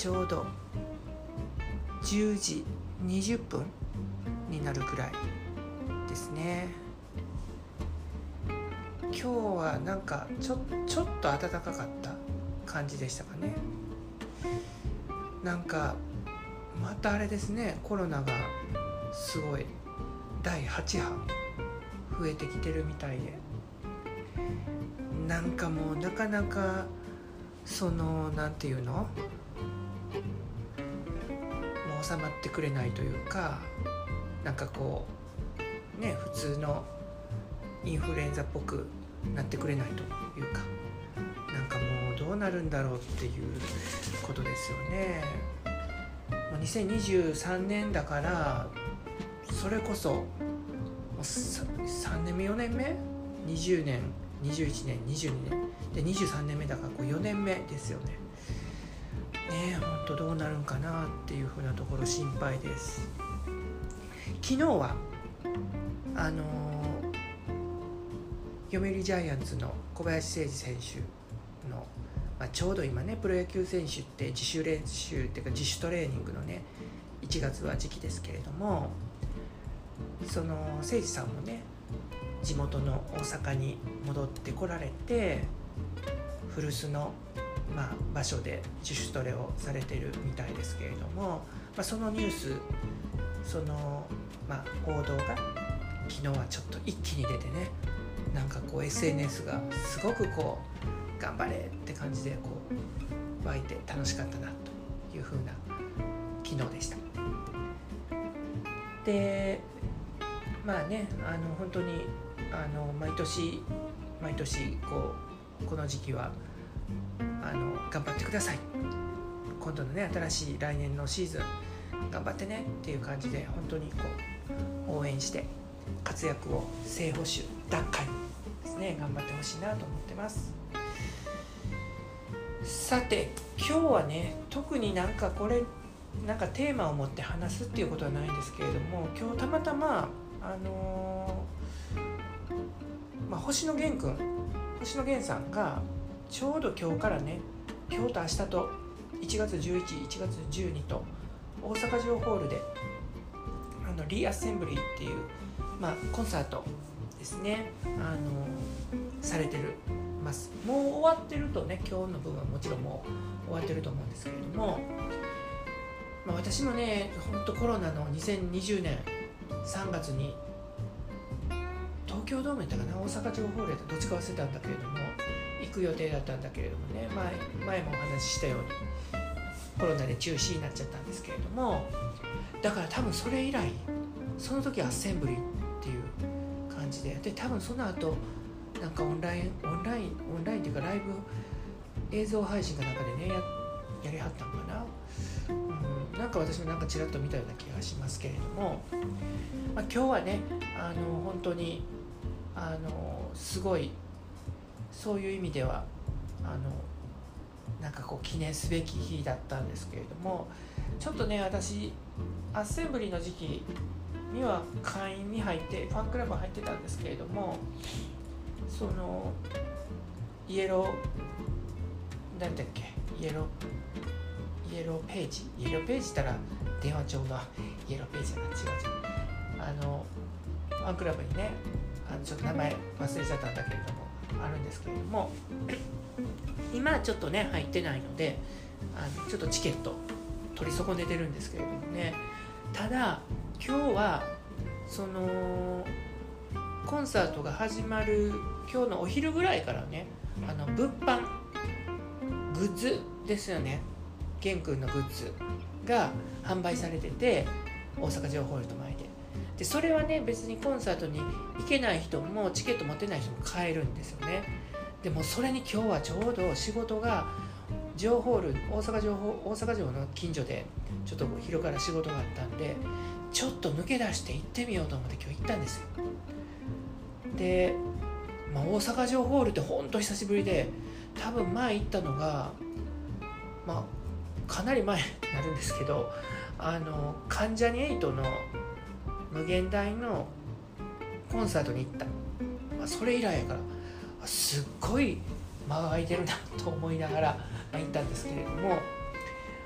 ちょうど10時20分になるくらいですね。今日はなんかちょっと暖かかった感じでしたかね。なんかまたあれですね、コロナがすごい第8波増えてきてるみたいで、なんかもうなかなかなんていうの、もう収まってくれないというか、なんかこうね、普通のインフルエンザっぽくなってくれないというか、なんかもうどうなるんだろうっていうことですよね。もう2023年だから、それこそもう3年目4年目20年21年22年で23年目だからこう4年目ですよね。ねえ、ほんとどうなるんかなっていうふうなところ心配です。昨日は読売ジャイアンツの小林誠司選手の、ちょうど今ね、プロ野球選手って自主練習っていうか自主トレーニングのね、1月は時期ですけれども、その誠司さんもね、地元の大阪に戻ってこられて、古巣の、場所で自主トレをされてるみたいですけれども、そのニュース、報道が昨日はちょっと一気に出てね、なんかこう SNS がすごくこう頑張れって感じでこう湧いて楽しかったなという風な昨日でした。で、本当に毎年この時期は頑張ってください、今度のね新しい来年のシーズン頑張ってねっていう感じで、本当にこう応援して活躍を正捕手奪回ですね、頑張ってほしいなと思ってます。さて今日はね、特になんかテーマを持って話すっていうことはないんですけれども、今日たまたま星野源さんがちょうど今日からね、今日と明日と1月11、1月12と大阪城ホールでリーアッセンブリーっていう、コンサートですね、されてるます。もう終わってるとね、今日の分はもちろんもう終わってると思うんですけれども、私もね、本当コロナの2020年3月に東京ドームやったかな、大阪城ホールやったかどっちか忘れたんだけれども行く予定だったんだけれどもね、前もお話ししたようにコロナで中止になっちゃったんですけれども、だから多分それ以来、その時アッセンブリーっていう感じで、多分その後なんかオンラインっていうかライブ映像配信かなんかでね やりはったのかな、なんか私もなんかちらっと見たような気がしますけれども、今日はね本当にすごいそういう意味ではなんかこう記念すべき日だったんですけれども、ちょっとね、私アッセンブリーの時期には会員に入ってファンクラブ入ってたんですけれども、そのイエローページったら電話帳のイエローページじゃない、違うファンクラブにね、ちょっと名前忘れちゃったんだけれどもあるんですけれども、今はちょっとね入ってないのでちょっとチケット取り損ねてるんですけれどもね。ただ今日はそのコンサートが始まる今日のお昼ぐらいからね、物販グッズですよね、玄君のグッズが販売されてて、大阪城ホールの前でそれはね、別にコンサートに行けない人もチケット持ってない人も買えるんですよね。でもそれに今日はちょうど仕事が城ホール大阪城の近所でちょっと昼から仕事があったんで、ちょっと抜け出して行ってみようと思って今日行ったんですよ。で、大阪城ホールってほんと久しぶりで、多分前行ったのがかなり前になるんですけど、関ジャニ∞の無限大のコンサートに行った、それ以来やからすっごい間が空いてるなと思いながら行ったんですけれども、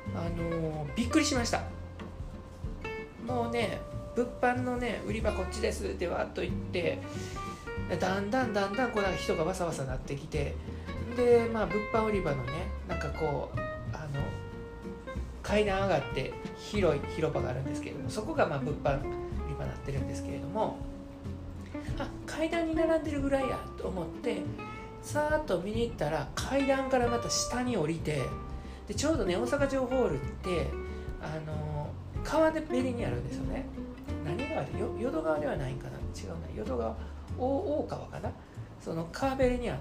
びっくりしました。もうね、物販のね売り場こっちですってわっと言って、だんだんこうなんか人がわさわさなってきて、で物販売り場のねなんかこう階段上がって広い広場があるんですけれども、そこが物販売り場になってるんですけれども、階段に並んでるぐらいやと思ってさーっと見に行ったら、階段からまた下に降りて、でちょうどね大阪城ホールって川べりにあるんですよね。何川で淀川ではないんかな、違うな、淀川大川かな、その川べりにあって、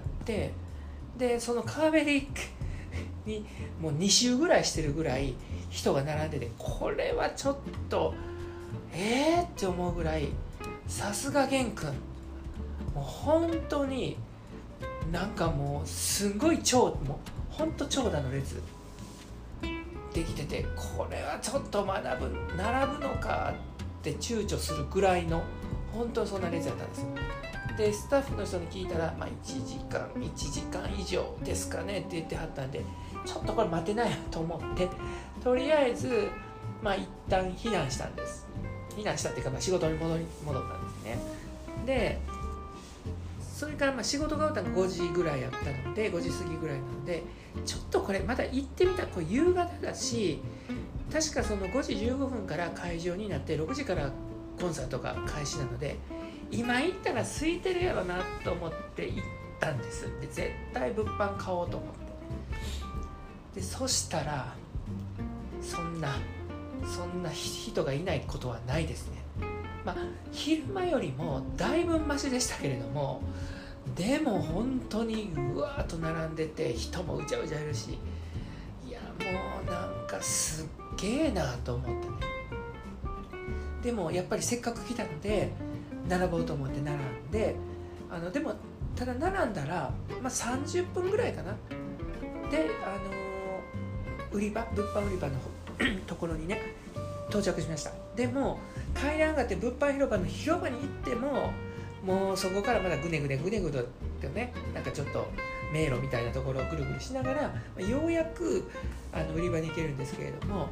でその川べりにもう2周ぐらいしてるぐらい人が並んでて、これはちょっとって思うぐらい、さすが玄君、もう本当になんかもうすごいもう本当長蛇の列できてて、これはちょっと並ぶのかって躊躇するぐらいの本当そんな列だったんですよ。でスタッフの人に聞いたら、1時間以上ですかねって言ってはったんで、ちょっとこれ待てないと思って、とりあえず一旦避難したんです。避難したっていうか、仕事に戻ったんですね。でそれから仕事が終わったのが5時ぐらいやったので、5時過ぎぐらいなので、ちょっとこれまだ行ってみたら、これ夕方だし、確かその5時15分から会場になって6時からコンサートが開始なので、今行ったら空いてるやろなと思って行ったんです。で絶対物販買おうと思って、でそしたらそんな人がいないことはないですね。昼間よりもだいぶマシでしたけれども、でも本当にうわーっと並んでて、人もうじゃうじゃいるし、いやもうなんかすっげえなと思ってね。でもやっぱりせっかく来たので並ぼうと思って並んで、でもただ並んだら、30分ぐらいかなで、物販売り場のところにね到着しました。でも階段上がって物販広場の広場に行っても、もうそこからまだぐねぐねってね、なんかちょっと迷路みたいなところをぐるぐるしながら、ようやく売り場に行けるんですけれども、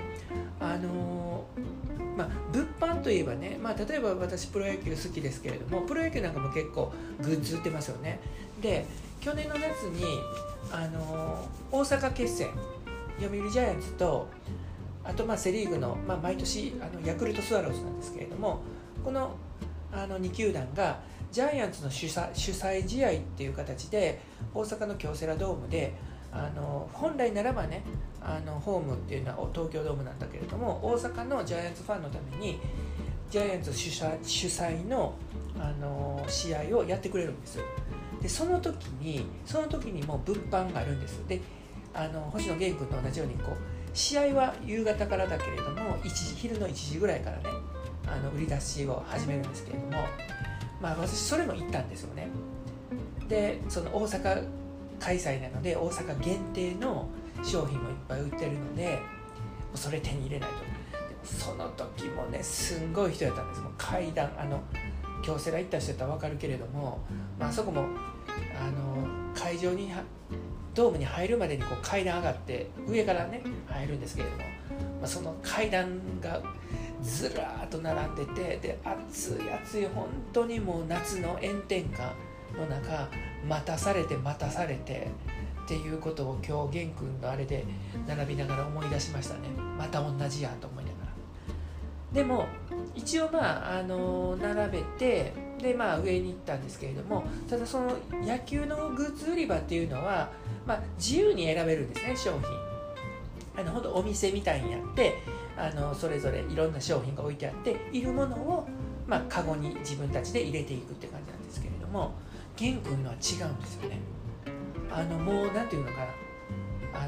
物販といえばね、例えば私プロ野球好きですけれども、プロ野球なんかも結構グッズ売ってますよね。で去年の夏に大阪決戦、読売ジャイアンツと、あとセリーグの、毎年ヤクルトスワローズなんですけれども、この2球団がジャイアンツの主催試合っていう形で大阪の京セラドームで、本来ならばねホームっていうのは東京ドームなんだけれども、大阪のジャイアンツファンのためにジャイアンツ主催の、試合をやってくれるんです。でその時にも物販があるんです。で星野源君と同じように試合は夕方からだけれども昼の1時ぐらいからね売り出しを始めるんですけれども、私それも行ったんですよね。でその大阪開催なので大阪限定の商品もいっぱい売ってるので、それ手に入れないと。でもその時もねすんごい人やったんです。もう階段京セラ行った人やったら分かるけれども、あそこも会場にドームに入るまでに階段上がって上からね入るんですけれども、その階段がずらーっと並んでて、で暑い本当にもう夏の炎天下の中待たされてっていうことを今日玄君のあれで並びながら思い出しましたね。また同じやと思いながら。でも一応並べて、で上に行ったんですけれども、ただその野球のグッズ売り場っていうのは、自由に選べるんですね。商品ほんとお店みたいにやって、それぞれいろんな商品が置いてあって、いるものをカゴに自分たちで入れていくって感じなんですけれども、玄君のは違うんですよね。もうなんていうのかな、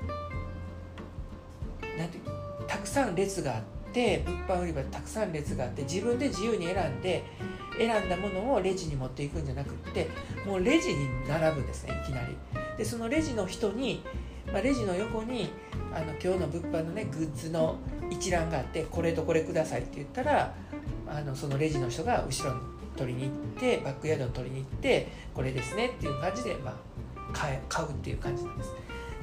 なんていうたくさん列があって、物販売り場でたくさん列があって、自分で自由に選んだものをレジに持っていくんじゃなくって、もうレジに並ぶんですね、いきなり。でそのレジの人に、レジの横に今日の物販のねグッズの一覧があって、これとこれくださいって言ったら、そのレジの人が後ろに取りに行って、バックヤードに取りに行って、これですねっていう感じで、買うっていう感じなんです。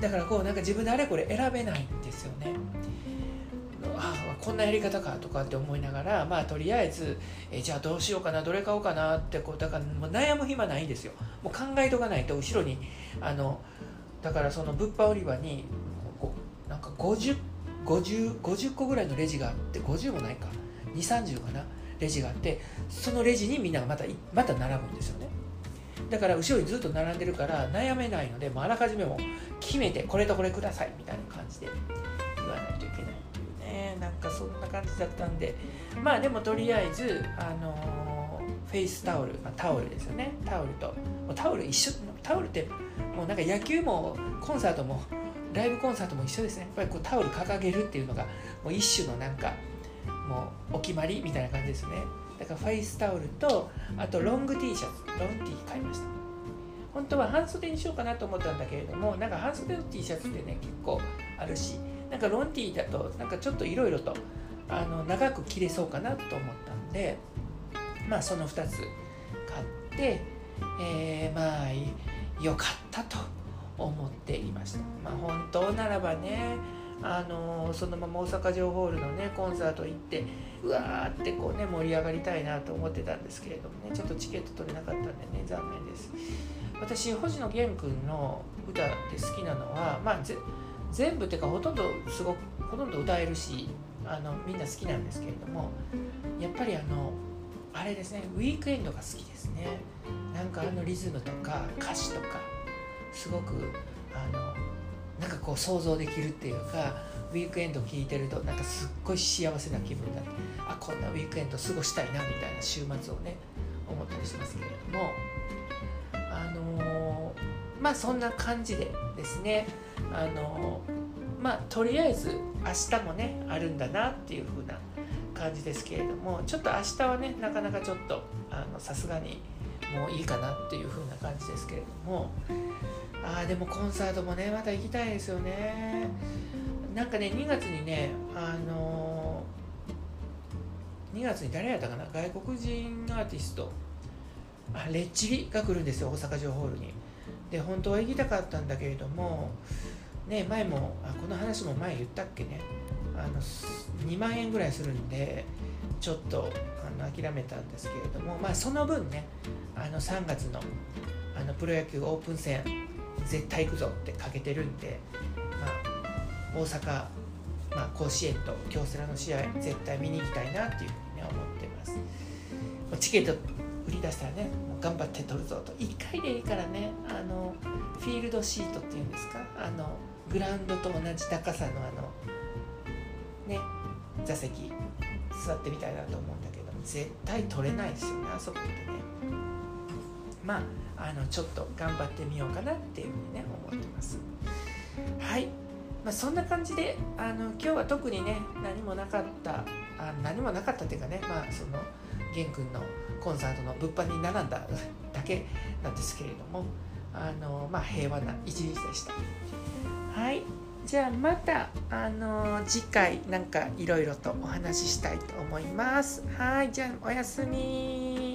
だからこうなんか自分であれこれ選べないんですよね。こんなやり方かとかって思いながら、まあとりあえずじゃあどうしようかな、どれ買おうかなってこう、だからもう悩む暇ないんですよ。もう考えとかないと。後ろにだからその物販売り場になんか50個ぐらいのレジがあって、50もないか2、30かなレジがあって、そのレジにみんながまた並ぶんですよね。だから後ろにずっと並んでるから悩めないので、もうあらかじめも決めてこれとこれくださいみたいな感じで言わないといけないっていうね、なんかそんな感じだったんで、まあでもとりあえずフェイスタオル、タオルですよね。タオルともうタオル一緒、タオルってもうなんか野球もコンサートもライブコンサートも一緒ですね。やっぱりこうタオル掲げるっていうのがもう一種のなんかもうお決まりみたいな感じですね。だからフェイスタオルと、あとロング T シャツ、ロン T 買いました。本当は半袖にしようかなと思ったんだけれども、なんか半袖の T シャツってね結構あるし、なんかロン T だとなんかちょっといろいろと長く着れそうかなと思ったんで、まあその2つ買って、まあ良かったと思っていました。まあ本当ならばね、そのまま大阪城ホールのねコンサート行ってうわーってこうね盛り上がりたいなと思ってたんですけれどもね、ちょっとチケット取れなかったんでね、残念です。私星野源君の歌で好きなのは、まあ全部っていうかほとんど歌えるしみんな好きなんですけれども、やっぱりあれですね、ウィークエンドが好きですね。なんかリズムとか歌詞とかすごくなんかこう想像できるっていうか、ウィークエンド聞いてるとなんかすっごい幸せな気分になって、こんなウィークエンド過ごしたいなみたいな週末をね思ったりしますけれども、まあそんな感じでですね、まあとりあえず明日もねあるんだなっていう風な感じですけれども、ちょっと明日はねなかなかちょっとさすがにもういいかなっていう風な感じですけれども、でもコンサートもねまた行きたいですよね。なんかね2月にね2月に誰やったかな、外国人アーティストレッチリが来るんですよ、大阪城ホールに。で本当は行きたかったんだけれどもね、前もこの話も前言ったっけね、2万円ぐらいするんでちょっと諦めたんですけれども、まあその分ね3月のプロ野球オープン戦絶対行くぞってかけてるんで、まあ大阪、甲子園と京セラの試合絶対見に行きたいなっていうふうにね思ってます。チケット売り出したらねもう頑張って取るぞと、1回でいいからねフィールドシートっていうんですか、グラウンドと同じ高さのね座席座ってみたいなと思うんだけど、絶対取れないですよねあそこってね。まあちょっと頑張ってみようかなっていうふうにね思ってます。はい、そんな感じで今日は特にね何もなかったっていうかね、その玄君のコンサートの物販に並んだだけなんですけれども、平和な一日でした。はい、じゃあまた次回なんかいろいろとお話ししたいと思います。はい、じゃあおやすみ。